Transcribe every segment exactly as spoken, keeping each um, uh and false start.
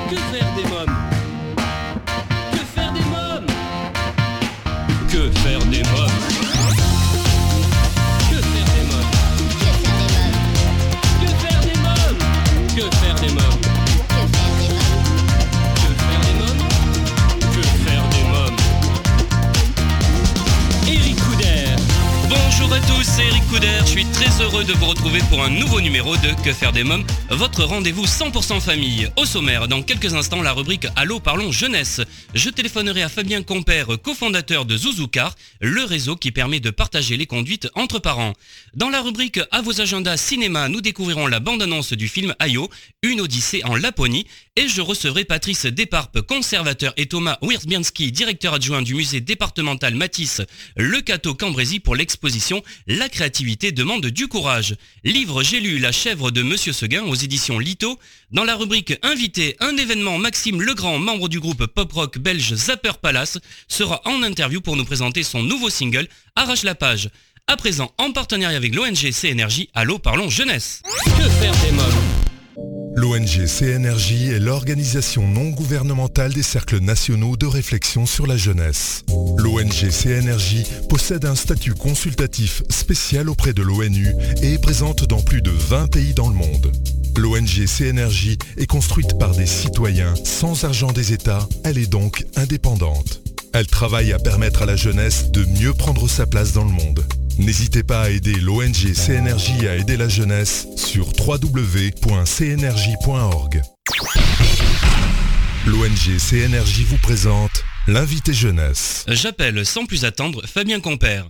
Que faire des mômes? Que faire des mômes? Que faire des mômes? Que faire des mômes? Que faire des mômes? Que faire des mômes? Que faire des mômes? Que faire des mômes? Eric Couder. Bonjour à tous, c'est Eric Couder. Je suis très heureux de vous retrouver pour un nouveau numéro de Que faire des mômes, votre rendez-vous cent pour cent famille. Au sommaire, dans quelques instants, la rubrique Allô, parlons jeunesse. Je téléphonerai à Fabien Compère, cofondateur de Zouzoukar, le réseau qui permet de partager les conduites entre parents. Dans la rubrique À vos agendas cinéma, nous découvrirons la bande-annonce du film Ayo, une odyssée en Laponie, et je recevrai Patrice Desparpes, conservateur, et Thomas Wierzbianski, directeur adjoint du musée départemental Matisse Le Cateau-Cambrésis pour l'exposition La créativité demande du courage. Livre J'ai lu La chèvre de Monsieur Seguin aux éditions Lito. Dans la rubrique Invité, un événement, Maxime Legrand, membre du groupe pop-rock belge Zapper Palace, sera en interview pour nous présenter son nouveau single Arrache la page. À présent, en partenariat avec l'O N G C Énergie, Allô, parlons jeunesse. Que faire des mômes? L'O N G C Énergie est l'organisation non gouvernementale des cercles nationaux de réflexion sur la jeunesse. L'O N G C Énergie possède un statut consultatif spécial auprès de l'O N U et est présente dans plus de vingt pays dans le monde. L'O N G C Énergie est construite par des citoyens sans argent des États, elle est donc indépendante. Elle travaille à permettre à la jeunesse de mieux prendre sa place dans le monde. N'hésitez pas à aider l'O N G C Énergie à aider la jeunesse sur w w w point c énergie point org. L'O N G C Énergie vous présente l'invité jeunesse. J'appelle sans plus attendre Fabien Compère.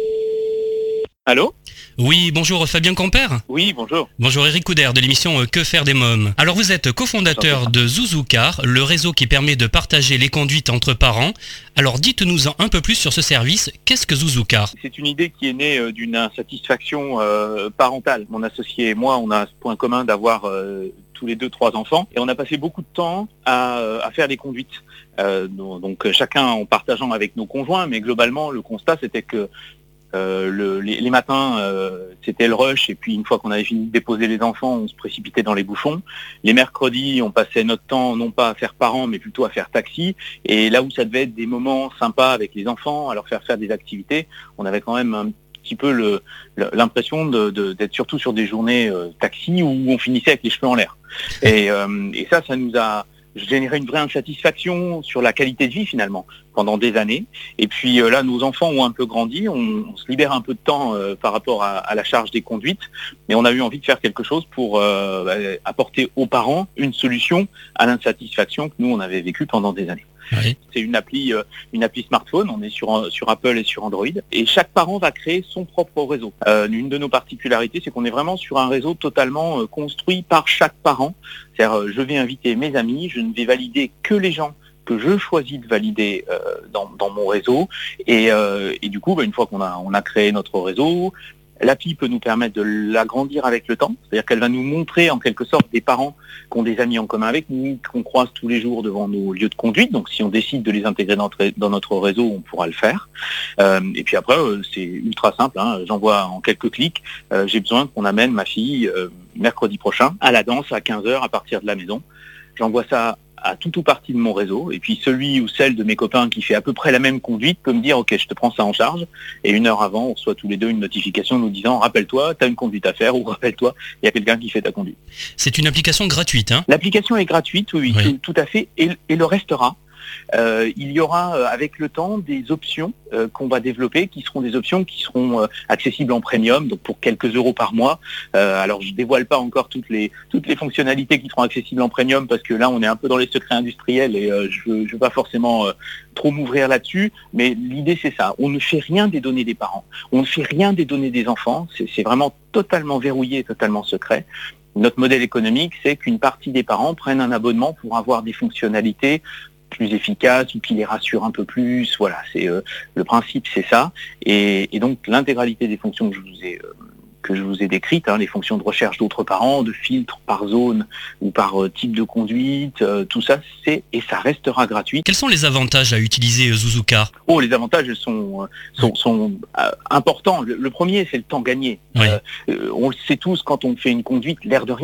Allô? Oui, bonjour Fabien Compère. Oui, bonjour. Bonjour Eric Couder de l'émission Que faire des mômes. Alors vous êtes cofondateur de Zouzoukar, le réseau qui permet de partager les conduites entre parents. Alors dites-nous un peu plus sur ce service. Qu'est-ce que Zouzoukar? C'est une idée qui est née euh, d'une insatisfaction euh, parentale. Mon associé et moi, on a ce point commun d'avoir euh, tous les deux trois enfants et on a passé beaucoup de temps à, à faire des conduites. Euh, donc chacun en partageant avec nos conjoints, mais globalement le constat c'était que Euh, le, les, les matins, euh, c'était le rush, et puis une fois qu'on avait fini de déposer les enfants, on se précipitait dans les bouchons. Les mercredis, on passait notre temps non pas à faire parents, mais plutôt à faire taxi. Et là où ça devait être des moments sympas avec les enfants, à leur faire faire des activités, on avait quand même un petit peu le, l'impression de, de, d'être surtout sur des journées euh, taxi où on finissait avec les cheveux en l'air. Et, euh, et ça, ça nous a généré une vraie insatisfaction sur la qualité de vie finalement pendant des années. Et puis euh, là, nos enfants ont un peu grandi, on, on se libère un peu de temps euh, par rapport à, à la charge des conduites, mais on a eu envie de faire quelque chose pour euh, bah, apporter aux parents une solution à l'insatisfaction que nous on avait vécue pendant des années. Oui. C'est une appli, euh, une appli smartphone, on est sur, sur Apple et sur Android, et chaque parent va créer son propre réseau. Euh, une de nos particularités, c'est qu'on est vraiment sur un réseau totalement euh, construit par chaque parent. C'est-à-dire, euh, je vais inviter mes amis, je ne vais valider que les gens que je choisis de valider euh, dans, dans mon réseau, et, euh, et du coup, bah, une fois qu'on a, on a créé notre réseau, l'appli peut nous permettre de l'agrandir avec le temps, c'est-à-dire qu'elle va nous montrer en quelque sorte des parents qui ont des amis en commun avec nous, qu'on croise tous les jours devant nos lieux de conduite, donc si on décide de les intégrer dans, dans notre réseau, on pourra le faire. Euh, et puis après, euh, c'est ultra simple, hein, j'envoie en quelques clics, euh, j'ai besoin qu'on amène ma fille euh, mercredi prochain à la danse à quinze heures à partir de la maison. J'envoie ça à tout ou partie de mon réseau, et puis celui ou celle de mes copains qui fait à peu près la même conduite peut me dire ok, je te prends ça en charge, et une heure avant on reçoit tous les deux une notification nous disant rappelle-toi, tu as une conduite à faire, ou rappelle-toi, il y a quelqu'un qui fait ta conduite. C'est une application gratuite, hein? L'application est gratuite, oui, oui. Tout, tout à fait, et, et le restera. Euh, il y aura euh, avec le temps des options euh, qu'on va développer qui seront des options qui seront euh, accessibles en premium, donc pour quelques euros par mois. Euh, alors je dévoile pas encore toutes les toutes les fonctionnalités qui seront accessibles en premium parce que là on est un peu dans les secrets industriels et euh, je ne veux pas forcément euh, trop m'ouvrir là-dessus, mais l'idée c'est ça, on ne fait rien des données des parents, on ne fait rien des données des enfants, c'est, c'est vraiment totalement verrouillé, totalement secret. Notre modèle économique, c'est qu'une partie des parents prennent un abonnement pour avoir des fonctionnalités plus efficaces ou qui les rassurent un peu plus. Voilà, c'est euh, le principe, c'est ça. Et, et donc l'intégralité des fonctions que je vous ai euh, que je vous ai décrites, hein, les fonctions de recherche d'autres parents, de filtre par zone ou par euh, type de conduite, euh, tout ça, c'est et ça restera gratuit. Quels sont les avantages à utiliser Zouzoukar? Oh, les avantages sont sont, sont euh, importants. Le, le premier, c'est le temps gagné. Oui. Euh, on le sait tous, quand on fait une conduite, l'air de rien,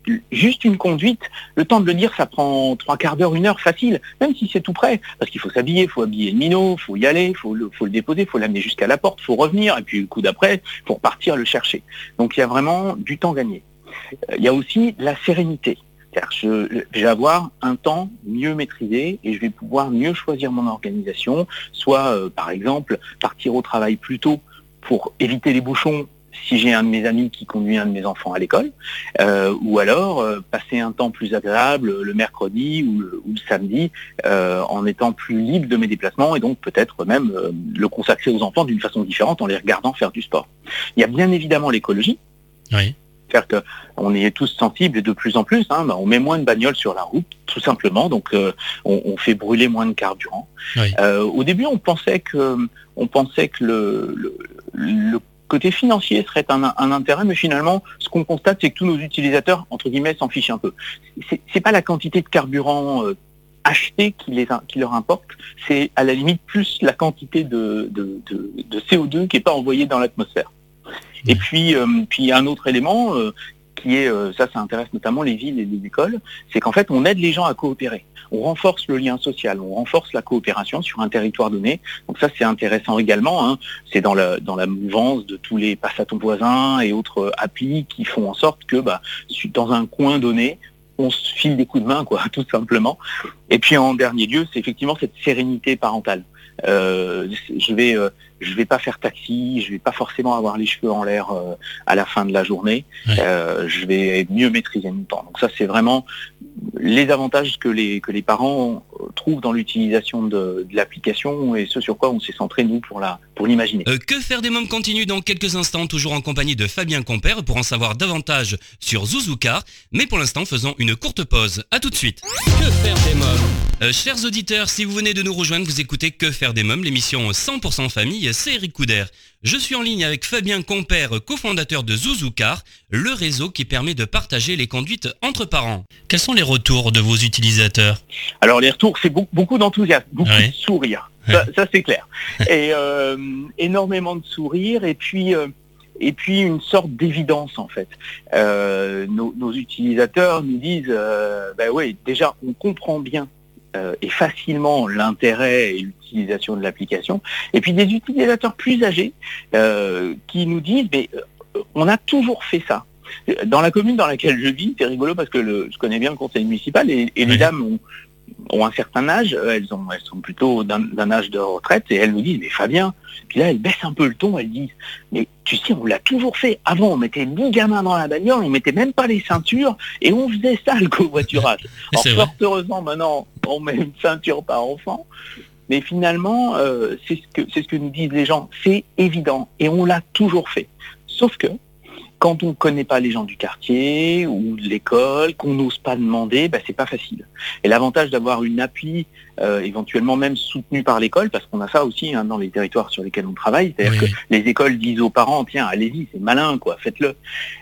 juste une conduite, le temps de le dire, ça prend trois quarts d'heure, une heure facile, même si c'est tout près, parce qu'il faut s'habiller, il faut habiller le minot, il faut y aller, il faut le, faut le déposer, il faut l'amener jusqu'à la porte, il faut revenir, et puis le coup d'après, il faut repartir le chercher. Donc il y a vraiment du temps gagné. Il y a aussi la sérénité. C'est-à-dire je, je vais avoir un temps mieux maîtrisé et je vais pouvoir mieux choisir mon organisation, soit euh, par exemple partir au travail plus tôt pour éviter les bouchons si j'ai un de mes amis qui conduit un de mes enfants à l'école, euh, ou alors euh, passer un temps plus agréable le mercredi ou le, ou le samedi euh, en étant plus libre de mes déplacements et donc peut-être même euh, le consacrer aux enfants d'une façon différente en les regardant faire du sport. Il y a bien évidemment l'écologie. Oui. C'est-à-dire qu'on est tous sensibles et de plus en plus, hein, on met moins de bagnoles sur la route, tout simplement, donc euh, on, on fait brûler moins de carburant. Oui. Euh, au début, on pensait que, on pensait que le, le, le côté financier serait un, un intérêt, mais finalement, ce qu'on constate, c'est que tous nos utilisateurs, entre guillemets, s'en fichent un peu. C'est, c'est pas la quantité de carburant euh, acheté qui, les, qui leur importe, c'est à la limite plus la quantité de, de, de, de C O deux qui n'est pas envoyée dans l'atmosphère. Et puis, euh, puis un autre élément euh, qui est, euh, ça, ça intéresse notamment les villes et les écoles, c'est qu'en fait, on aide les gens à coopérer. On renforce le lien social, on renforce la coopération sur un territoire donné. Donc ça, c'est intéressant également. Hein. C'est dans la, dans la mouvance de tous les passe à ton voisin et autres applis qui font en sorte que, bah, dans un coin donné, on se file des coups de main, quoi, tout simplement. Et puis en dernier lieu, c'est effectivement cette sérénité parentale. Euh, je vais, euh, je vais pas faire taxi, je vais pas forcément avoir les cheveux en l'air euh, à la fin de la journée. Ouais. Euh, je vais mieux maîtriser mon temps. Donc ça, c'est vraiment les avantages que les que les parents trouvent dans l'utilisation de, de l'application et ce sur quoi on s'est centré nous pour la pour l'imaginer. Euh, que faire des mômes continue dans quelques instants, toujours en compagnie de Fabien Compère pour en savoir davantage sur Zouzoucar. Mais pour l'instant, faisons une courte pause. À tout de suite. Que faire des mômes? Euh, chers auditeurs, si vous venez de nous rejoindre, vous écoutez Que faire des mômes, l'émission cent pour cent famille, c'est Eric Couder. Je suis en ligne avec Fabien Compère, cofondateur de Zouzoucar, le réseau qui permet de partager les conduites entre parents. Quels sont les retours de vos utilisateurs? Alors les retours, c'est beaucoup, beaucoup d'enthousiasme, beaucoup ouais. de sourires, ouais. ça, ça c'est clair. Et euh, énormément de sourires et puis... Euh, Et puis une sorte d'évidence en fait. Euh, nos, nos utilisateurs nous disent, euh, ben oui, déjà on comprend bien euh, et facilement l'intérêt et l'utilisation de l'application. Et puis des utilisateurs plus âgés euh, qui nous disent, mais euh, on a toujours fait ça. Dans la commune dans laquelle je vis, c'est rigolo parce que le, je connais bien le conseil municipal et, et oui. les dames ont ont un certain âge, elles, ont, elles sont plutôt d'un, d'un âge de retraite, et elles nous disent, mais Fabien, puis là elles baissent un peu le ton, elles disent, mais tu sais, on l'a toujours fait, avant on mettait dix gamins dans la bagnole, on mettait même pas les ceintures, et on faisait ça le covoiturage. Alors fort heureusement maintenant, on met une ceinture par enfant, mais finalement, euh, c'est, ce que, c'est ce que nous disent les gens, c'est évident, et on l'a toujours fait. Sauf que, quand on ne connaît pas les gens du quartier ou de l'école, qu'on n'ose pas demander, ben c'est pas facile. Et l'avantage d'avoir une appli, euh, éventuellement même soutenue par l'école, parce qu'on a ça aussi hein, dans les territoires sur lesquels on travaille, c'est-à-dire oui. que les écoles disent aux parents, tiens, allez-y, c'est malin, quoi, faites-le.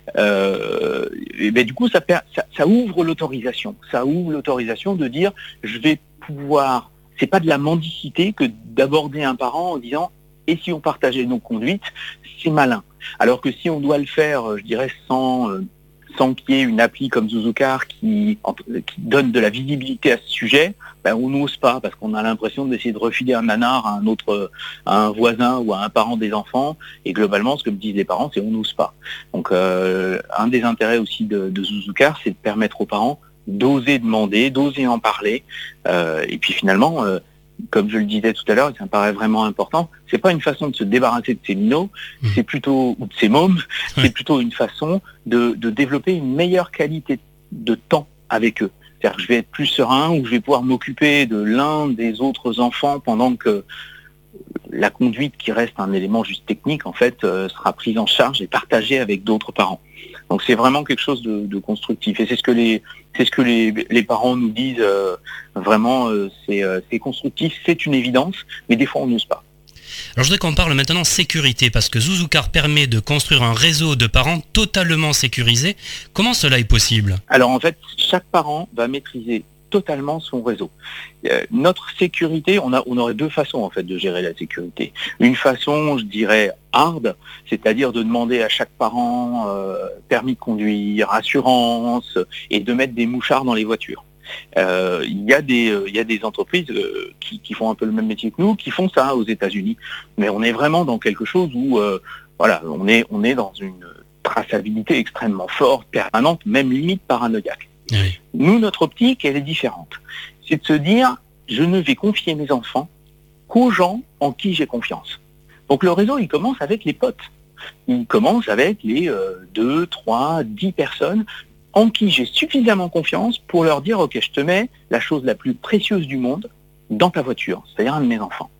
Euh, et ben du coup, ça, ça, ça ouvre l'autorisation. Ça ouvre l'autorisation de dire, je vais pouvoir. C'est pas de la mendicité que d'aborder un parent en disant, et si on partageait nos conduites, c'est malin. Alors que si on doit le faire, je dirais, sans, euh, sans qu'il y ait une appli comme Zouzoucar qui, qui donne de la visibilité à ce sujet, ben on n'ose pas parce qu'on a l'impression d'essayer de refiler un nanar à un autre, à un voisin ou à un parent des enfants. Et globalement, ce que me disent les parents, c'est on n'ose pas. Donc, euh, un des intérêts aussi de, de Zouzoucar, c'est de permettre aux parents d'oser demander, d'oser en parler. Euh, et puis finalement, euh, comme je le disais tout à l'heure, et ça me paraît vraiment important, c'est pas une façon de se débarrasser de ces minots, mmh. c'est plutôt, ou de ces mômes, ouais. c'est plutôt une façon de, de développer une meilleure qualité de temps avec eux. C'est-à-dire que je vais être plus serein, ou je vais pouvoir m'occuper de l'un des autres enfants pendant que la conduite, qui reste un élément juste technique, en fait, euh, sera prise en charge et partagée avec d'autres parents. Donc c'est vraiment quelque chose de, de constructif. Et c'est ce que les, c'est ce que les, les parents nous disent. Euh, vraiment, euh, c'est, euh, c'est constructif, c'est une évidence, mais des fois on n'ose pas. Alors je voudrais qu'on parle maintenant sécurité, parce que Zouzoucar permet de construire un réseau de parents totalement sécurisé. Comment cela est possible? Alors en fait, chaque parent va maîtriser totalement son réseau. Euh, notre sécurité, on a, on aurait deux façons en fait de gérer la sécurité. Une façon, je dirais, hard, c'est-à-dire de demander à chaque parent euh, permis de conduire, assurance, et de mettre des mouchards dans les voitures. Euh, il y a des, euh, il y a des entreprises euh, qui, qui font un peu le même métier que nous, qui font ça aux États-Unis. Mais on est vraiment dans quelque chose où, euh, voilà, on est, on est dans une traçabilité extrêmement forte, permanente, même limite paranoïaque. Oui. Nous, notre optique, elle est différente. C'est de se dire, je ne vais confier mes enfants qu'aux gens en qui j'ai confiance. Donc le réseau, il commence avec les potes. Il commence avec les euh, deux, trois, dix personnes en qui j'ai suffisamment confiance pour leur dire, ok, je te mets la chose la plus précieuse du monde dans ta voiture, c'est-à-dire un de mes enfants.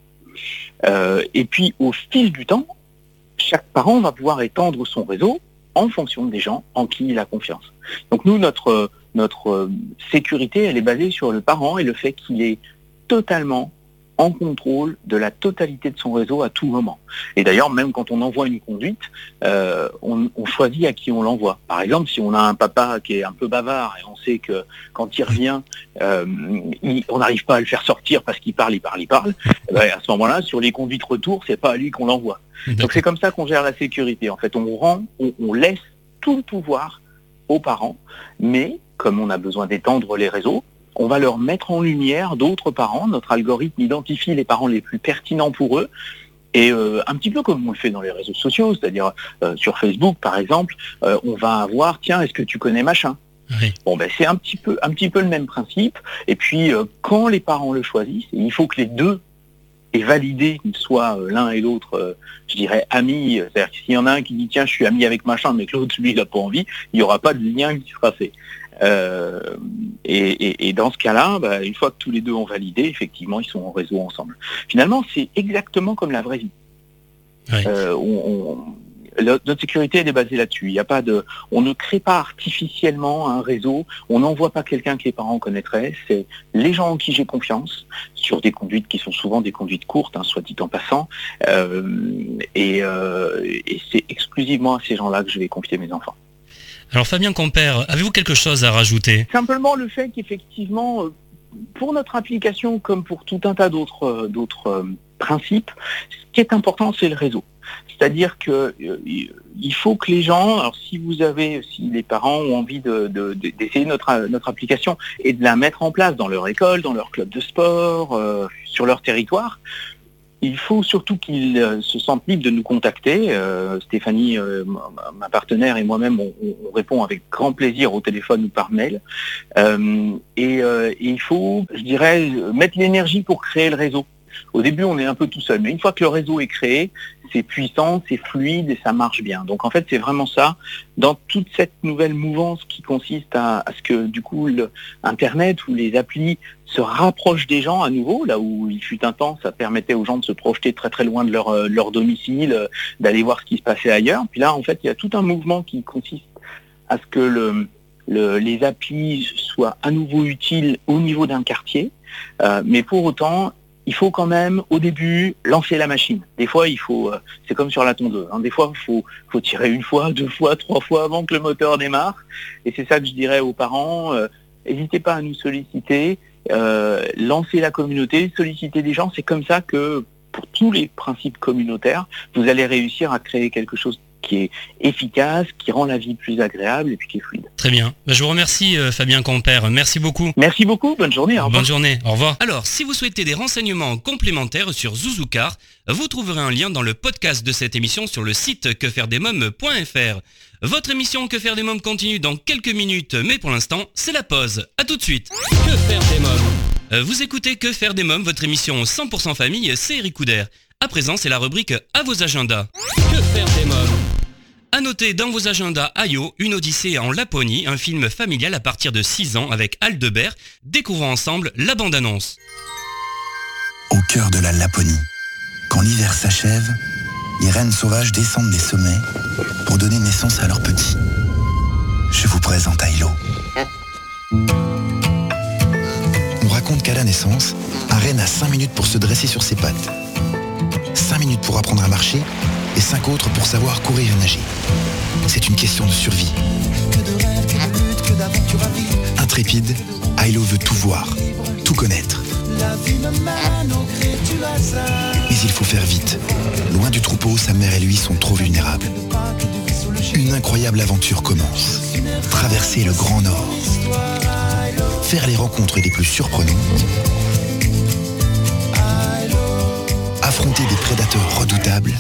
Euh, et puis, au fil du temps, chaque parent va pouvoir étendre son réseau en fonction des gens en qui il a confiance. Donc nous, notre, notre sécurité, elle est basée sur le parent et le fait qu'il est totalement en contrôle de la totalité de son réseau à tout moment. Et d'ailleurs, même quand on envoie une conduite, euh, on, on choisit à qui on l'envoie. Par exemple, si on a un papa qui est un peu bavard et on sait que quand il revient, euh, il, on n'arrive pas à le faire sortir parce qu'il parle, il parle, il parle, eh ben, à ce moment-là, sur les conduites retour, c'est pas à lui qu'on l'envoie. Donc c'est comme ça qu'on gère la sécurité. En fait, on rend, on, on laisse tout le pouvoir aux parents, mais comme on a besoin d'étendre les réseaux, on va leur mettre en lumière d'autres parents. Notre algorithme identifie les parents les plus pertinents pour eux. Et euh, un petit peu comme on le fait dans les réseaux sociaux, c'est-à-dire euh, sur Facebook par exemple, euh, on va avoir, tiens, est-ce que tu connais machin ? Oui. Bon ben c'est un petit peu, un petit peu le même principe. Et puis euh, quand les parents le choisissent, il faut que les deux aient validé qu'ils soient euh, l'un et l'autre, euh, je dirais amis. C'est-à-dire que s'il y en a un qui dit tiens je suis ami avec machin, mais que l'autre lui il n'a pas envie, il n'y aura pas de lien qui sera fait. Euh, et, et, et dans ce cas-là, bah, une fois que tous les deux ont validé, effectivement, ils sont en réseau ensemble. Finalement, c'est exactement comme la vraie vie. Oui. Euh, on, on, notre sécurité, elle est basée là-dessus. Il y a pas de, on ne crée pas artificiellement un réseau. On n'envoie pas quelqu'un que les parents connaîtraient. C'est les gens en qui j'ai confiance sur des conduites qui sont souvent des conduites courtes, hein, soit dit en passant. Euh, et, euh, et c'est exclusivement à ces gens-là que je vais confier mes enfants. Alors Fabien Compère, avez-vous quelque chose à rajouter ? Simplement le fait qu'effectivement, pour notre application comme pour tout un tas d'autres, d'autres principes, ce qui est important, c'est le réseau. C'est-à-dire que euh, il faut que les gens, alors si vous avez, si les parents ont envie de, de, de, d'essayer notre, notre application et de la mettre en place dans leur école, dans leur club de sport, euh, sur leur territoire, il faut surtout qu'ils euh, se sentent libres de nous contacter. Euh, Stéphanie, euh, ma, ma partenaire et moi-même, on, on répond avec grand plaisir au téléphone ou par mail. Euh, et, euh, et il faut, je dirais, mettre l'énergie pour créer le réseau. Au début, on est un peu tout seul, mais une fois que le réseau est créé, c'est puissant, c'est fluide et ça marche bien. Donc en fait, c'est vraiment ça. Dans toute cette nouvelle mouvance qui consiste à, à ce que du coup, le, Internet ou les applis se rapprochent des gens à nouveau, là où il fut un temps, ça permettait aux gens de se projeter très très loin de leur, euh, leur domicile, euh, d'aller voir ce qui se passait ailleurs. Puis là, en fait, il y a tout un mouvement qui consiste à ce que le, le, les applis soient à nouveau utiles au niveau d'un quartier. Euh, mais pour autant, il faut quand même, au début, lancer la machine. Des fois, il faut, euh, c'est comme sur la tondeuse, hein, des fois, il faut, faut tirer une fois, deux fois, trois fois avant que le moteur démarre. Et c'est ça que je dirais aux parents, euh, n'hésitez pas à nous solliciter, euh, lancer la communauté, solliciter des gens. C'est comme ça que, pour tous les principes communautaires, vous allez réussir à créer quelque chose qui est efficace, qui rend la vie plus agréable et puis qui est fluide. Très bien. Je vous remercie euh, Fabien Compère. Merci beaucoup. Merci beaucoup. Bonne journée. Au revoir. Bonne journée. Au revoir. Alors, si vous souhaitez des renseignements complémentaires sur Zouzoucar, vous trouverez un lien dans le podcast de cette émission sur le site que faire des mômes point f r. Votre émission Que faire des mômes continue dans quelques minutes, mais pour l'instant, c'est la pause. À tout de suite. Que faire des mômes ? Vous écoutez Que faire des mômes, votre émission cent pour cent famille, c'est Eric Couder. À présent, c'est la rubrique À vos agendas. Que faire des mômes ? À noter dans vos agendas Ayo, une odyssée en Laponie, un film familial à partir de six ans avec Aldebert. Découvrons ensemble la bande-annonce. Au cœur de la Laponie, quand l'hiver s'achève, les rennes sauvages descendent des sommets pour donner naissance à leurs petits. Je vous présente Ailo. On raconte qu'à la naissance, un renne a cinq minutes pour se dresser sur ses pattes, cinq minutes pour apprendre à marcher et cinq autres pour savoir courir et nager. C'est une question de survie. Intrépide, Ailo veut tout voir, tout connaître. Mais il faut faire vite. Loin du troupeau, sa mère et lui sont trop vulnérables. Une incroyable aventure commence. Traverser le Grand Nord. Faire les rencontres les plus surprenantes. Affronter des prédateurs redoutables.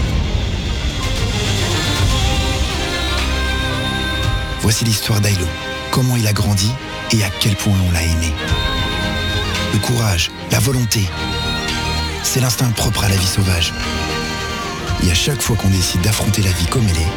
Voici l'histoire d'Ailo. Comment il a grandi et à quel point on l'a aimé. Le courage, la volonté, c'est l'instinct propre à la vie sauvage. Et à chaque fois qu'on décide d'affronter la vie comme elle est,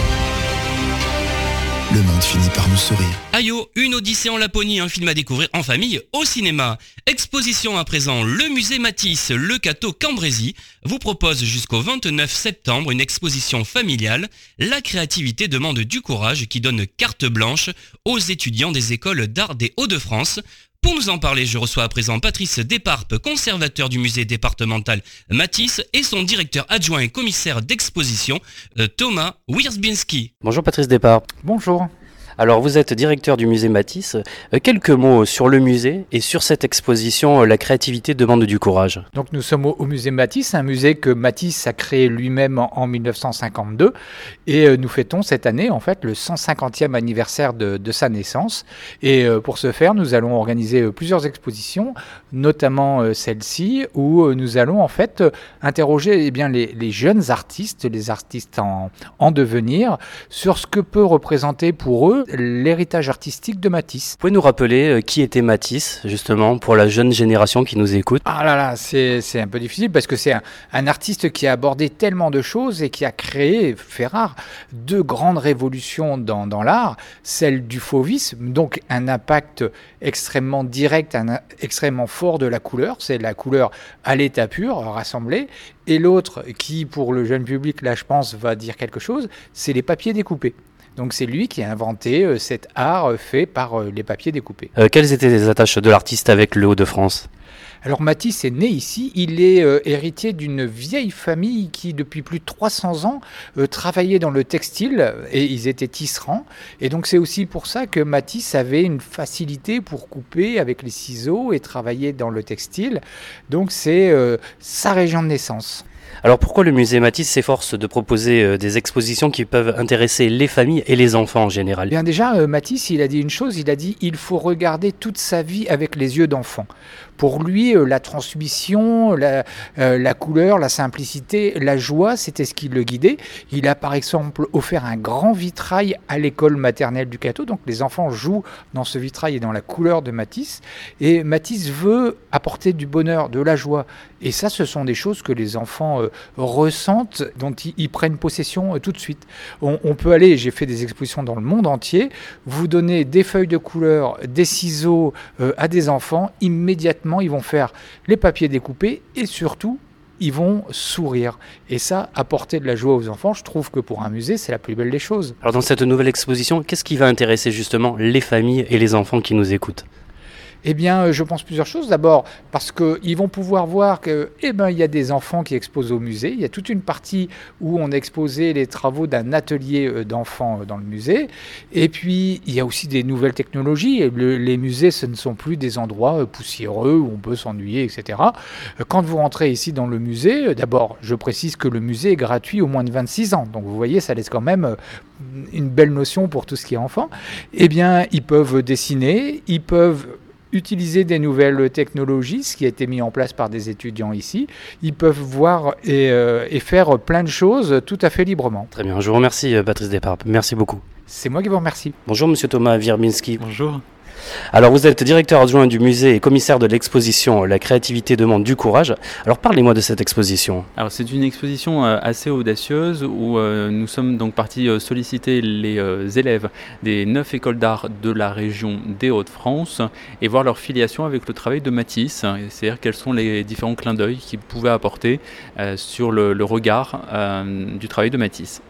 le monde finit par nous sourire. Ayo, une odyssée en Laponie, un film à découvrir en famille au cinéma. Exposition à présent, le musée Matisse, le Cateau Cambrésis, vous propose jusqu'au vingt-neuf septembre une exposition familiale. La créativité demande du courage qui donne carte blanche aux étudiants des écoles d'art des Hauts-de-France. Pour nous en parler, je reçois à présent Patrice Desparpes, conservateur du musée départemental Matisse, et son directeur adjoint et commissaire d'exposition, Thomas Wierzbinski. Bonjour Patrice Desparpes. Bonjour. Alors vous êtes directeur du musée Matisse. Quelques mots sur le musée et sur cette exposition La créativité demande du courage. Donc nous sommes au, au musée Matisse, un musée que Matisse a créé lui-même en, en mille neuf cent cinquante-deux et euh, nous fêtons cette année en fait le cent cinquantième anniversaire de, de sa naissance et euh, pour ce faire nous allons organiser euh, plusieurs expositions, notamment euh, celle-ci où euh, nous allons en fait euh, interroger eh bien, les, les jeunes artistes, les artistes en, en devenir sur ce que peut représenter pour eux l'héritage artistique de Matisse. Vous pouvez nous rappeler euh, qui était Matisse, justement, pour la jeune génération qui nous écoute? Ah là là, c'est, c'est un peu difficile parce que c'est un, un artiste qui a abordé tellement de choses et qui a créé, fait rare, deux grandes révolutions dans, dans l'art. Celle du fauvisme, donc un impact extrêmement direct, un, extrêmement fort de la couleur. C'est la couleur à l'état pur, rassemblée. Et l'autre, qui pour le jeune public, là je pense, va dire quelque chose, c'est les papiers découpés. Donc c'est lui qui a inventé euh, cet art euh, fait par euh, les papiers découpés. Euh, quelles étaient les attaches de l'artiste avec le Hauts-de-France ? Alors Matisse est né ici, il est euh, héritier d'une vieille famille qui depuis plus de trois cents ans euh, travaillait dans le textile et ils étaient tisserands. Et donc c'est aussi pour ça que Matisse avait une facilité pour couper avec les ciseaux et travailler dans le textile. Donc c'est euh, sa région de naissance. Alors pourquoi le musée Matisse s'efforce de proposer euh, des expositions qui peuvent intéresser les familles et les enfants en général ? Bien déjà, euh, Matisse, il a dit une chose, il a dit il faut regarder toute sa vie avec les yeux d'enfant. Pour lui, euh, la transmission, la, euh, la couleur, la simplicité, la joie, c'était ce qui le guidait. Il a par exemple offert un grand vitrail à l'école maternelle du Cateau, donc les enfants jouent dans ce vitrail et dans la couleur de Matisse. Et Matisse veut apporter du bonheur, de la joie. Et ça, ce sont des choses que les enfants euh, ressentent, dont ils, ils prennent possession euh, tout de suite. On, on peut aller, j'ai fait des expositions dans le monde entier, vous donner des feuilles de couleur, des ciseaux euh, à des enfants, immédiatement ils vont faire les papiers découpés et surtout ils vont sourire. Et ça, apporter de la joie aux enfants, je trouve que pour un musée, c'est la plus belle des choses. Alors dans cette nouvelle exposition, qu'est-ce qui va intéresser justement les familles et les enfants qui nous écoutent ? Eh bien, je pense plusieurs choses. D'abord, parce qu'ils vont pouvoir voir que, eh ben, il y a des enfants qui exposent au musée. Il y a toute une partie où on a exposé les travaux d'un atelier d'enfants dans le musée. Et puis, il y a aussi des nouvelles technologies. Le, les musées, ce ne sont plus des endroits poussiéreux où on peut s'ennuyer, et cetera. Quand vous rentrez ici dans le musée, d'abord, je précise que le musée est gratuit aux moins de vingt-six ans. Donc, vous voyez, ça laisse quand même une belle notion pour tout ce qui est enfant. Eh bien, ils peuvent dessiner, ils peuvent utiliser des nouvelles technologies, ce qui a été mis en place par des étudiants ici. Ils peuvent voir et, euh, et faire plein de choses tout à fait librement. Très bien, je vous remercie Patrice Desparpes, merci beaucoup. C'est moi qui vous remercie. Bonjour Monsieur Thomas Wierzbinski. Bonjour. Alors vous êtes directeur adjoint du musée et commissaire de l'exposition La créativité demande du courage. Alors parlez-moi de cette exposition. Alors c'est une exposition euh, assez audacieuse où euh, nous sommes donc partis euh, solliciter les euh, élèves des neuf écoles d'art de la région des Hauts-de-France et voir leur filiation avec le travail de Matisse, c'est-à-dire quels sont les différents clins d'œil qu'ils pouvaient apporter euh, sur le, le regard euh, du travail de Matisse.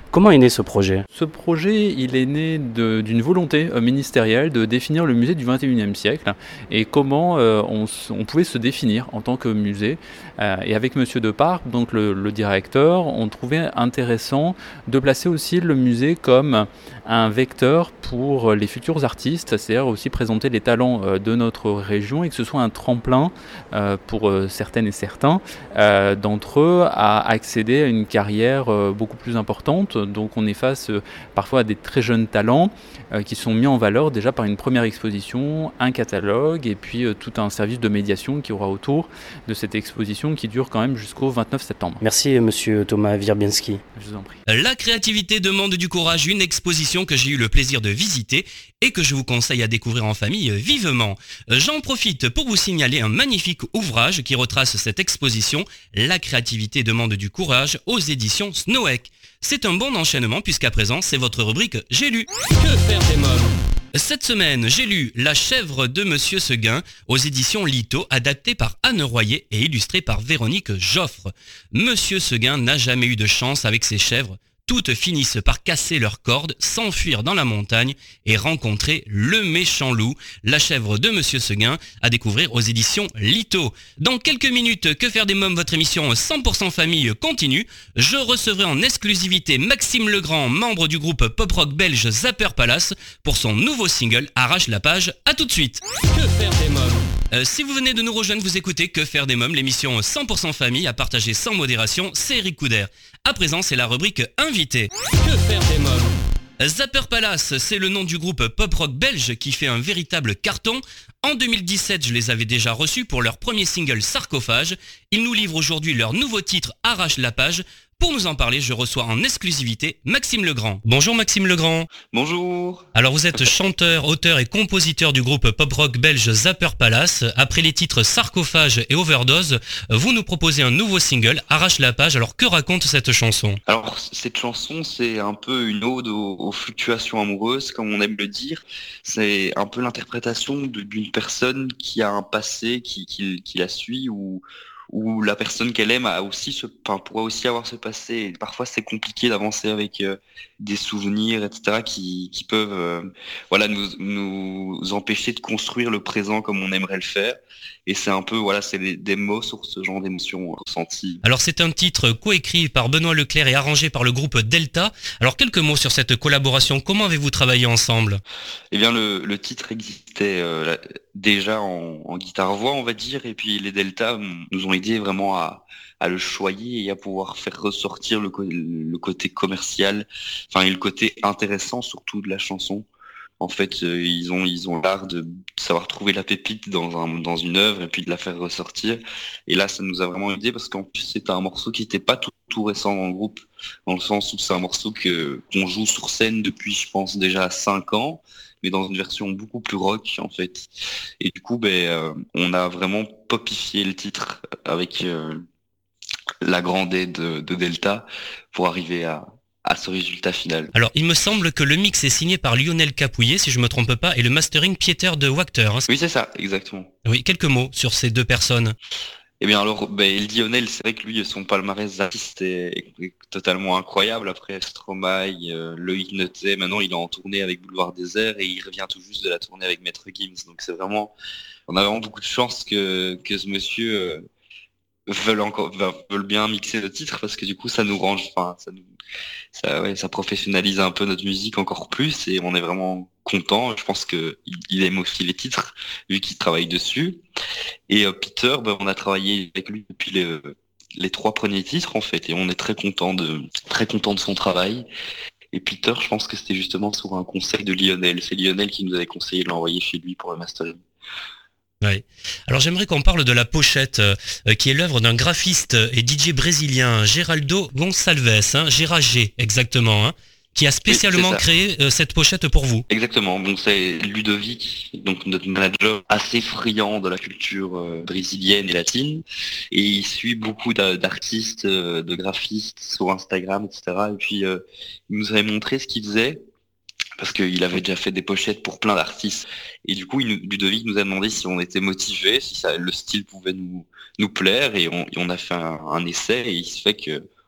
Comment est né ce projet ? Ce projet, il est né de, d'une volonté euh, ministérielle de définir le musée du vingt et unième siècle et comment euh, on, on pouvait se définir en tant que musée. Euh, et avec Monsieur Deparc, donc le, le directeur, on trouvait intéressant de placer aussi le musée comme un vecteur pour les futurs artistes, c'est-à-dire aussi présenter les talents euh, de notre région et que ce soit un tremplin euh, pour euh, certaines et certains euh, d'entre eux à accéder à une carrière euh, beaucoup plus importante. Donc on est face euh, parfois à des très jeunes talents euh, qui sont mis en valeur déjà par une première exposition, un catalogue et puis euh, tout un service de médiation qui aura autour de cette exposition qui dure quand même jusqu'au vingt-neuf septembre. Merci monsieur Thomas Wierbienski. Je vous en prie. La créativité demande du courage, une exposition que j'ai eu le plaisir de visiter et que je vous conseille à découvrir en famille vivement. J'en profite pour vous signaler un magnifique ouvrage qui retrace cette exposition, La créativité demande du courage, aux éditions Snoek. C'est un bon enchaînement puisqu'à présent c'est votre rubrique J'ai lu. Que faire des mômes ? Cette semaine, j'ai lu La chèvre de Monsieur Seguin aux éditions Lito, adapté par Anne Royer et illustré par Véronique Joffre. Monsieur Seguin n'a jamais eu de chance avec ses chèvres. Toutes finissent par casser leurs cordes, s'enfuir dans la montagne et rencontrer le méchant loup. La chèvre de Monsieur Seguin à découvrir aux éditions Lito. Dans quelques minutes, Que faire des mômes, votre émission cent pour cent famille continue. Je recevrai en exclusivité Maxime Legrand, membre du groupe pop-rock belge Zapper Palace, pour son nouveau single Arrache la page. À tout de suite. Que faire des mômes ? Euh, si vous venez de nous rejoindre, vous écoutez Que faire des mômes, l'émission cent pour cent famille à partager sans modération, c'est Eric Couder. À présent, c'est la rubrique Invité. Que faire des mômes ? Zapper Palace, c'est le nom du groupe pop-rock belge qui fait un véritable carton. En deux mille dix-sept, je les avais déjà reçus pour leur premier single Sarcophage. Ils nous livrent aujourd'hui leur nouveau titre Arrache la page. Pour nous en parler, je reçois en exclusivité Maxime Legrand. Bonjour Maxime Legrand. Bonjour. Alors vous êtes chanteur, auteur et compositeur du groupe pop-rock belge Zapper Palace. Après les titres Sarcophage et Overdose, vous nous proposez un nouveau single, Arrache la page. Alors que raconte cette chanson ? Alors cette chanson, c'est un peu une ode aux, aux fluctuations amoureuses, comme on aime le dire. C'est un peu l'interprétation de, d'une personne qui a un passé qui, qui, qui la suit ou... où la personne qu'elle aime a aussi ce, enfin, pourra aussi avoir ce passé. Et parfois, c'est compliqué d'avancer avec euh, des souvenirs, et cetera, qui, qui peuvent, euh, voilà, nous, nous empêcher de construire le présent comme on aimerait le faire. Et c'est un peu, voilà, c'est des, des mots sur ce genre d'émotions ressenties. Alors, c'est un titre coécrit par Benoît Leclerc et arrangé par le groupe Delta. Alors, quelques mots sur cette collaboration. Comment avez-vous travaillé ensemble ? Eh bien, le, le titre existait euh, déjà en, en guitare-voix, on va dire, et puis les Delta nous ont aidé vraiment à, à le choyer et à pouvoir faire ressortir le, le côté commercial, enfin, et le côté intéressant surtout de la chanson. En fait, euh, ils ont ils ont l'art de savoir trouver la pépite dans un dans une œuvre et puis de la faire ressortir. Et là, ça nous a vraiment aidé parce qu'en plus, c'était un morceau qui n'était pas tout, tout récent dans le groupe, dans le sens où c'est un morceau que qu'on joue sur scène depuis, je pense, déjà cinq ans, mais dans une version beaucoup plus rock, en fait. Et du coup, ben, euh, on a vraiment popifié le titre avec euh, la grande aide de, de Delta pour arriver à à ce résultat final. Alors, il me semble que le mix est signé par Lionel Capouillet, si je me trompe pas, et le mastering Pieter de Wachter. Hein. Oui, c'est ça, exactement. Oui, quelques mots sur ces deux personnes. Eh bien alors, ben, Lionel, c'est vrai que lui, son palmarès d'artiste est, est totalement incroyable. Après Stromae, euh, Loïc Notet, maintenant il est en tournée avec Boulevard Désert et il revient tout juste de la tournée avec Maître Gims. Donc c'est vraiment, on a vraiment beaucoup de chance que, que ce monsieur euh, veulent encore veulent bien mixer le titre parce que du coup ça nous range, enfin ça nous ça ouais ça professionnalise un peu notre musique encore plus et on est vraiment content. Je pense que il aime aussi les titres vu qu'il travaille dessus. Et euh, Peter, ben, on a travaillé avec lui depuis les les trois premiers titres en fait et on est très content de très content de son travail. Et Peter, je pense que c'était justement sur un conseil de Lionel. C'est Lionel qui nous avait conseillé de l'envoyer chez lui pour le mastering. Oui. Alors j'aimerais qu'on parle de la pochette euh, qui est l'œuvre d'un graphiste et D J brésilien, Geraldo Gonçalves, hein, Gera G exactement, hein, qui a spécialement oui, créé euh, cette pochette pour vous. Exactement, donc c'est Ludovic, donc notre manager assez friand de la culture euh, brésilienne et latine, et il suit beaucoup d'artistes, euh, de graphistes sur Instagram, et cetera. Et puis euh, il nous avait montré ce qu'il faisait, parce qu'il avait déjà fait des pochettes pour plein d'artistes. Et du coup, il, Ludovic nous a demandé si on était motivés, si ça, le style pouvait nous, nous plaire, et on, et on a fait un, un essai, et il se fait que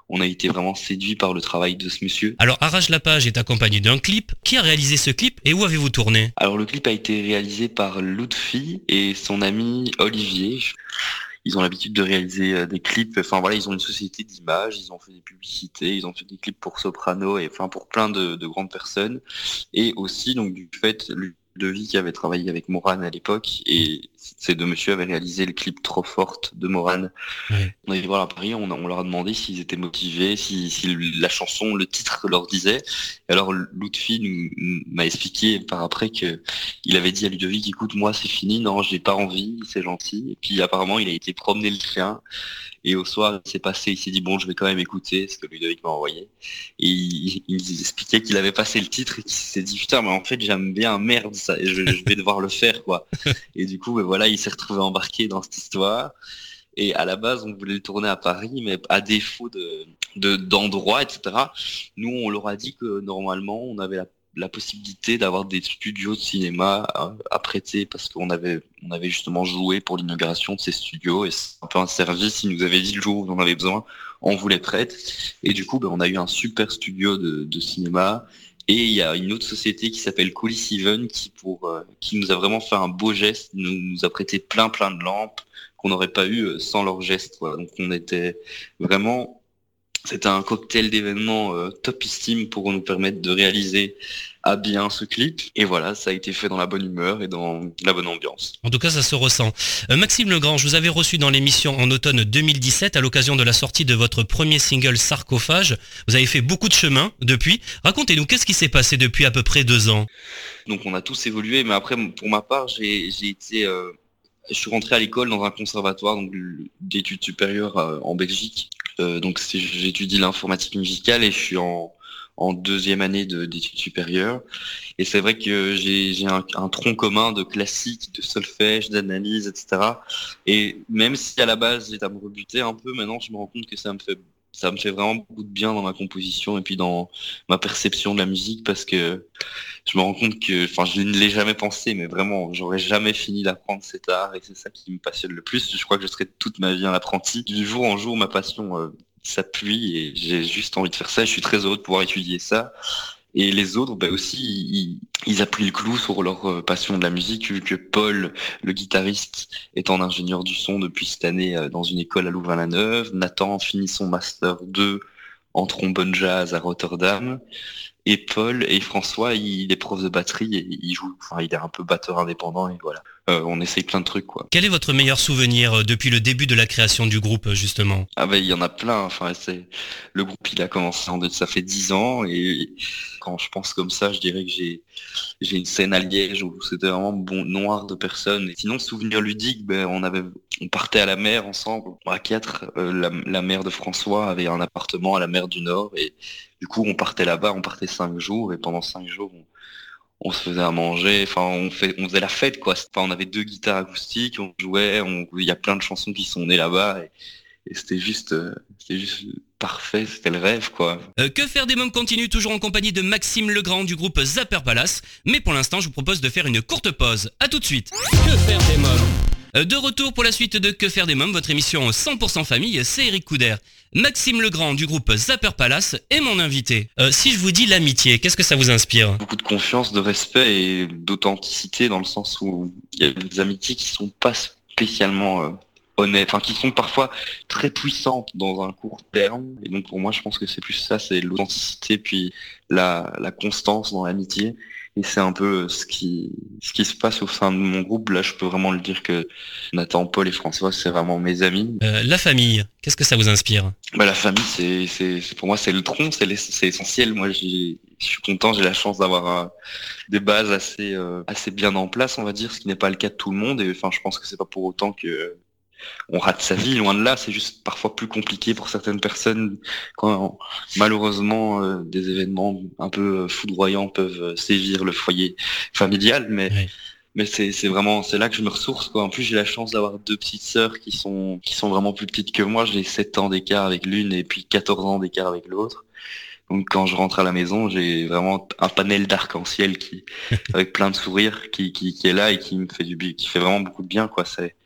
on a été vraiment séduit par le travail de ce monsieur. Alors Arrache la page est accompagné d'un clip. Qui a réalisé ce clip et où avez-vous tourné? Alors le clip a été réalisé par Lutfi et son ami Olivier. Ils ont l'habitude de réaliser des clips, enfin voilà, ils ont une société d'images, ils ont fait des publicités, ils ont fait des clips pour Soprano et enfin pour plein de, de grandes personnes. Et aussi donc du fait, Ludovic qui avait travaillé avec Morane à l'époque et ces deux messieurs avaient réalisé le clip Trop Forte de Morane. Ouais. On est allé voir à Paris, on, a, on leur a demandé s'ils étaient motivés, si, si la chanson, le titre leur disait. Et alors Lutfi nous, m'a expliqué par après que il avait dit à Ludovic, écoute, moi c'est fini, non, j'ai pas envie, c'est gentil. Et puis apparemment il a été promener le chien. Et au soir, il s'est passé, il s'est dit bon, je vais quand même écouter ce que Ludovic m'a envoyé. Et il, il expliquait qu'il avait passé le titre et qu'il s'est dit putain, mais en fait j'aime bien, merde ça, et je, je vais devoir le faire quoi. Et du coup, ben voilà, il s'est retrouvé embarqué dans cette histoire. Et à la base, on voulait le tourner à Paris, mais à défaut de, de d'endroits, et cetera. Nous, on leur a dit que normalement, on avait la la possibilité d'avoir des studios de cinéma à, à prêter parce qu'on avait on avait justement joué pour l'inauguration de ces studios et c'est un peu un service. Ils nous avaient dit le jour où on en avait besoin, on vous les prête. Et du coup, ben, on a eu un super studio de, de cinéma. Et il y a une autre société qui s'appelle Cooliseven qui pour euh, qui nous a vraiment fait un beau geste, nous, nous a prêté plein plein de lampes qu'on n'aurait pas eu sans leur geste, quoi. Donc on était vraiment C'était un cocktail d'événements euh, topissime pour nous permettre de réaliser à bien ce clip. Et voilà, ça a été fait dans la bonne humeur et dans la bonne ambiance. En tout cas, ça se ressent. Euh, Maxime Legrand, je vous avais reçu dans l'émission en automne deux mille dix-sept à l'occasion de la sortie de votre premier single Sarcophage. Vous avez fait beaucoup de chemin depuis. Racontez-nous, qu'est-ce qui s'est passé depuis à peu près deux ans? Donc on a tous évolué, mais après, pour ma part, j'ai, j'ai été... Euh, je suis rentré à l'école dans un conservatoire donc, d'études supérieures euh, en Belgique. Euh, donc c'est, j'étudie l'informatique musicale et je suis en, en deuxième année de, d'études supérieures. Et c'est vrai que j'ai, j'ai un, un tronc commun de classique, de solfège, d'analyse, et cetera. Et même si à la base j'étais à me rebuter un peu, maintenant je me rends compte que ça me fait ça me fait vraiment beaucoup de bien dans ma composition et puis dans ma perception de la musique parce que je me rends compte que, enfin, je ne l'ai jamais pensé, mais vraiment, j'aurais jamais fini d'apprendre cet art et c'est ça qui me passionne le plus. Je crois que je serai toute ma vie un apprenti. Du jour en jour, ma passion euh, s'appuie et j'ai juste envie de faire ça. Je suis très heureux de pouvoir étudier ça. Et les autres, bah aussi, ils, ils appuient le clou sur leur euh, passion de la musique, vu que Paul, le guitariste, est en ingénieur du son depuis cette année euh, dans une école à Louvain-la-Neuve. Nathan finit son master deux en trombone jazz à Rotterdam. Et Paul et François, il est prof de batterie et il joue, enfin, il est un peu batteur indépendant et voilà. Euh, on essaye plein de trucs, quoi. Quel est votre meilleur souvenir depuis le début de la création du groupe, justement? Ah ben, il y en a plein. Enfin, c'est le groupe, il a commencé en ça fait dix ans et quand je pense comme ça, je dirais que j'ai j'ai une scène à Liège où c'était vraiment bon noir de personnes. Et sinon, souvenir ludique, ben on avait on partait à la mer ensemble à quatre. Euh, la, la mère de François avait un appartement à la mer du Nord et du coup, on partait là-bas, on partait cinq jours et pendant cinq jours, on on se faisait à manger, enfin on fait, on faisait la fête quoi. Enfin, on avait deux guitares acoustiques, on jouait, on, il y a plein de chansons qui sont nées là-bas et, et c'était juste, euh, c'était juste parfait, c'était le rêve quoi. Euh, que faire des mômes continue toujours en compagnie de Maxime Legrand du groupe Zapper Palace, mais pour l'instant je vous propose de faire une courte pause. À tout de suite. Que faire des mômes? De retour pour la suite de Que faire des mômes, votre émission cent pour cent famille, c'est Eric Couder. Maxime Legrand du groupe Zapper Palace est mon invité. Euh, si je vous dis l'amitié, qu'est-ce que ça vous inspire? Beaucoup de confiance, de respect et d'authenticité dans le sens où il y a des amitiés qui sont pas spécialement euh, honnêtes, enfin qui sont parfois très puissantes dans un court terme. Et donc pour moi, je pense que c'est plus ça, c'est l'authenticité puis la, la constance dans l'amitié. Et c'est un peu ce qui ce qui se passe au sein de mon groupe. Là, je peux vraiment le dire que Nathan, Paul et François, c'est vraiment mes amis. Euh, la famille, qu'est-ce que ça vous inspire? Bah la famille, c'est c'est, c'est pour moi c'est le tronc, c'est, les, c'est essentiel. Moi, j'ai, je suis content, j'ai la chance d'avoir euh, des bases assez euh, assez bien en place, on va dire, ce qui n'est pas le cas de tout le monde. Et enfin, je pense que c'est pas pour autant que on rate sa vie, loin de là, c'est juste parfois plus compliqué pour certaines personnes quand malheureusement euh, des événements un peu foudroyants peuvent sévir le foyer familial, mais oui. mais c'est c'est vraiment c'est là que je me ressource quoi. En plus j'ai la chance d'avoir deux petites sœurs qui sont qui sont vraiment plus petites que moi, j'ai sept ans d'écart avec l'une et puis quatorze ans d'écart avec l'autre. Donc quand je rentre à la maison, j'ai vraiment un panel d'arc-en-ciel qui avec plein de sourires qui, qui qui est là et qui me fait du bien, qui fait vraiment beaucoup de bien quoi. C'est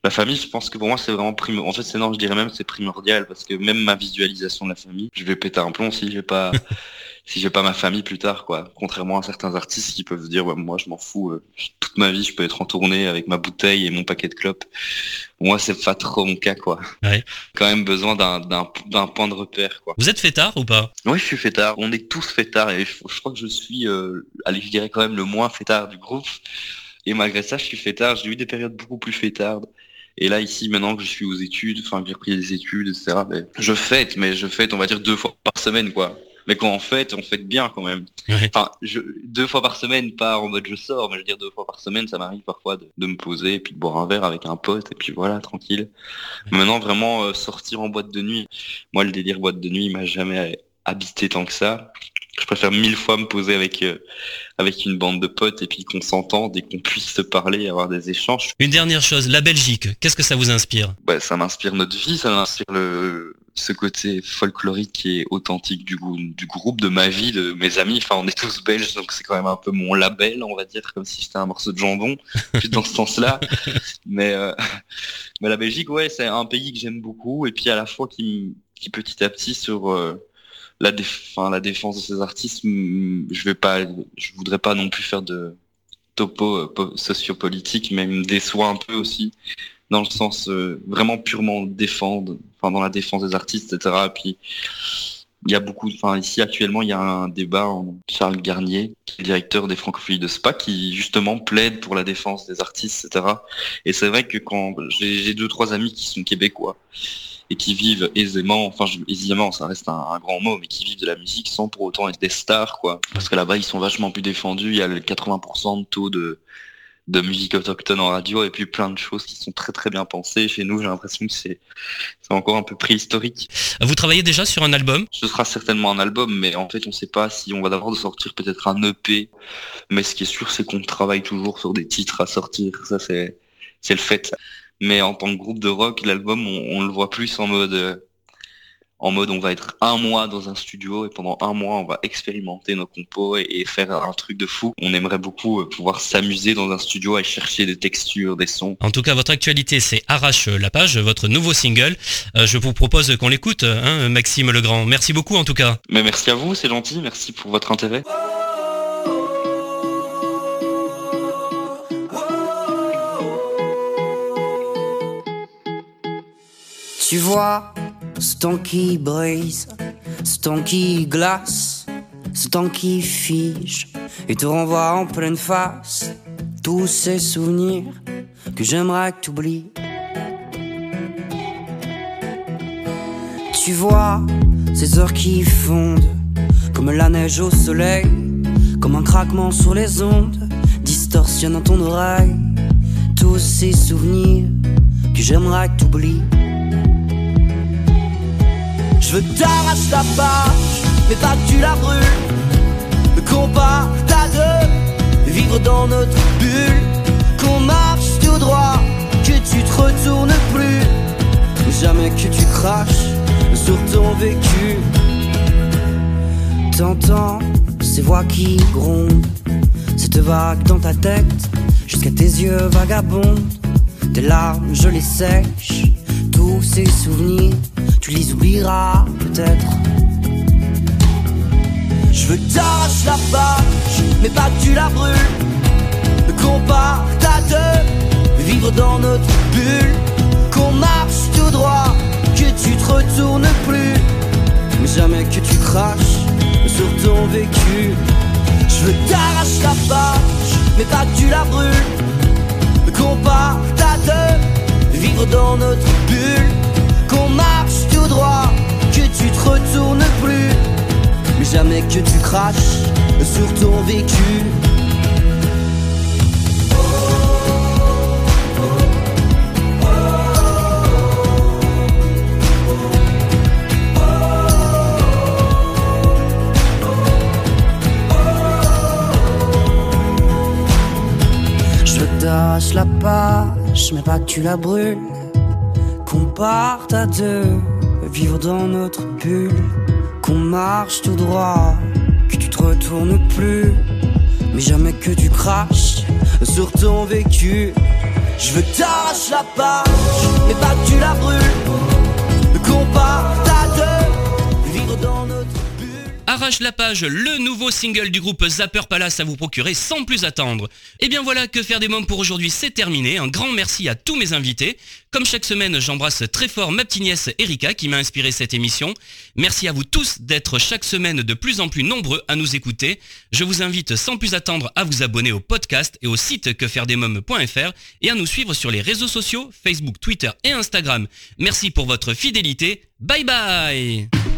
La famille, je pense que pour moi, c'est vraiment primordial. En fait, c'est non, je dirais même c'est primordial parce que même ma visualisation de la famille, je vais péter un plomb si j'ai pas, si j'ai pas ma famille plus tard, quoi. Contrairement à certains artistes qui peuvent se dire, ouais, moi, je m'en fous, euh, toute ma vie, je peux être en tournée avec ma bouteille et mon paquet de clopes. Moi, c'est pas trop mon cas, quoi. Ouais. Quand même besoin d'un, d'un, d'un point de repère, quoi. Vous êtes fêtard ou pas? Oui, je suis fêtard. On est tous fêtards et je, je crois que je suis, euh, allez, je dirais quand même le moins fêtard du groupe. Et malgré ça, je suis fêtard. J'ai eu des périodes beaucoup plus fêtardes. Et là, ici, maintenant que je suis aux études, enfin, que j'ai repris des études, et cetera, ben, je fête, mais je fête, on va dire, deux fois par semaine, quoi. Mais quand on fête, on fête bien, quand même. Ouais. Enfin, je, deux fois par semaine, pas en mode je sors, mais je veux dire, deux fois par semaine, ça m'arrive parfois de, de me poser, et puis de boire un verre avec un pote, et puis voilà, tranquille. Mais maintenant, vraiment, euh, sortir en boîte de nuit. Moi, le délire boîte de nuit, il m'a jamais habité tant que ça. Je préfère mille fois me poser avec euh, avec une bande de potes et puis qu'on s'entende et qu'on puisse se parler et avoir des échanges. Une dernière chose, la Belgique, qu'est-ce que ça vous inspire? Bah, ça m'inspire notre vie, ça m'inspire le ce côté folklorique et authentique du, du groupe, de ma vie, de mes amis. Enfin, on est tous belges, donc c'est quand même un peu mon label, on va dire, comme si c'était un morceau de jambon, plus dans ce sens-là. Mais, euh, mais la Belgique, ouais, c'est un pays que j'aime beaucoup et puis à la fois qui, qui petit à petit sur... Euh, La, déf- enfin, la défense de ces artistes, je vais pas, je voudrais pas non plus faire de topo euh, po- sociopolitique, mais me déçoit un peu aussi, dans le sens euh, vraiment purement défendre, enfin dans la défense des artistes, et cetera. Et puis il y a beaucoup, enfin ici actuellement il y a un débat en Charles Garnier, qui est le directeur des Francophonies de Spa, qui justement plaide pour la défense des artistes, et cetera. Et c'est vrai que quand j'ai, j'ai deux trois amis qui sont québécois et qui vivent aisément, enfin je, aisément ça reste un, un grand mot, mais qui vivent de la musique sans pour autant être des stars, quoi. Parce que là-bas ils sont vachement plus défendus, il y a le quatre-vingts pour cent de taux de, de musique autochtone en radio et puis plein de choses qui sont très très bien pensées. Chez nous j'ai l'impression que c'est, c'est encore un peu préhistorique. Vous travaillez déjà sur un album? Ce sera certainement un album, mais en fait on sait pas si on va d'abord sortir peut-être un E P, mais ce qui est sûr c'est qu'on travaille toujours sur des titres à sortir, ça c'est, c'est le fait. Mais en tant que groupe de rock, l'album, on, on le voit plus en mode, euh, en mode, on va être un mois dans un studio et pendant un mois, on va expérimenter nos compos et, et faire un truc de fou. On aimerait beaucoup euh, pouvoir s'amuser dans un studio et chercher des textures, des sons. En tout cas, votre actualité, c'est Arrache la page, votre nouveau single. Euh, je vous propose qu'on l'écoute, hein, Maxime Legrand. Merci beaucoup, en tout cas. Mais merci à vous, c'est gentil. Merci pour votre intérêt. Tu vois, ce temps qui brise, ce temps qui glace, ce temps qui fige et te renvoie en pleine face tous ces souvenirs que j'aimerais que tu oublies. Tu vois, ces heures qui fondent comme la neige au soleil, comme un craquement sur les ondes, distorsionnant ton oreille. Tous ces souvenirs que j'aimerais que tu oublies. Je veux t'arracher ta page, mais pas que tu la brûles. Qu'on parte à deux, vivre dans notre bulle. Qu'on marche tout droit, que tu te retournes plus. Jamais que tu craches sur ton vécu. T'entends ces voix qui grondent, cette vague dans ta tête, jusqu'à tes yeux vagabondes. Tes larmes, je les sèche, tous ces souvenirs tu les oublieras peut-être. Je veux que t'arraches la page, mais pas que tu la brûles. Qu'on parte à deux, vivre dans notre bulle. Qu'on marche tout droit, que tu te retournes plus. Mais jamais que tu craches sur ton vécu. Je veux que t'arraches la page, mais pas que tu la brûles. Qu'on parte à deux, vivre dans notre bulle. Qu'on marche tout droit, que tu te retournes plus. Mais jamais que tu craches sur ton vécu. Je veux que t'arraches la page, mais pas que tu la brûles. Qu'on parte à deux, vivre dans notre bulle. Qu'on marche tout droit, que tu te retournes plus. Mais jamais que tu craches sur ton vécu. Je veux que t'arraches la page, mais pas que tu la brûles. Qu'on parte à deux, vivre dans notre bulle. Arrache la page, le nouveau single du groupe Zapper Palace à vous procurer sans plus attendre. Et bien voilà, Que faire des mômes pour aujourd'hui, c'est terminé. Un grand merci à tous mes invités. Comme chaque semaine, j'embrasse très fort ma petite nièce Erika qui m'a inspiré cette émission. Merci à vous tous d'être chaque semaine de plus en plus nombreux à nous écouter. Je vous invite sans plus attendre à vous abonner au podcast et au site que faire des mômes point f r et à nous suivre sur les réseaux sociaux, Facebook, Twitter et Instagram. Merci pour votre fidélité. Bye bye!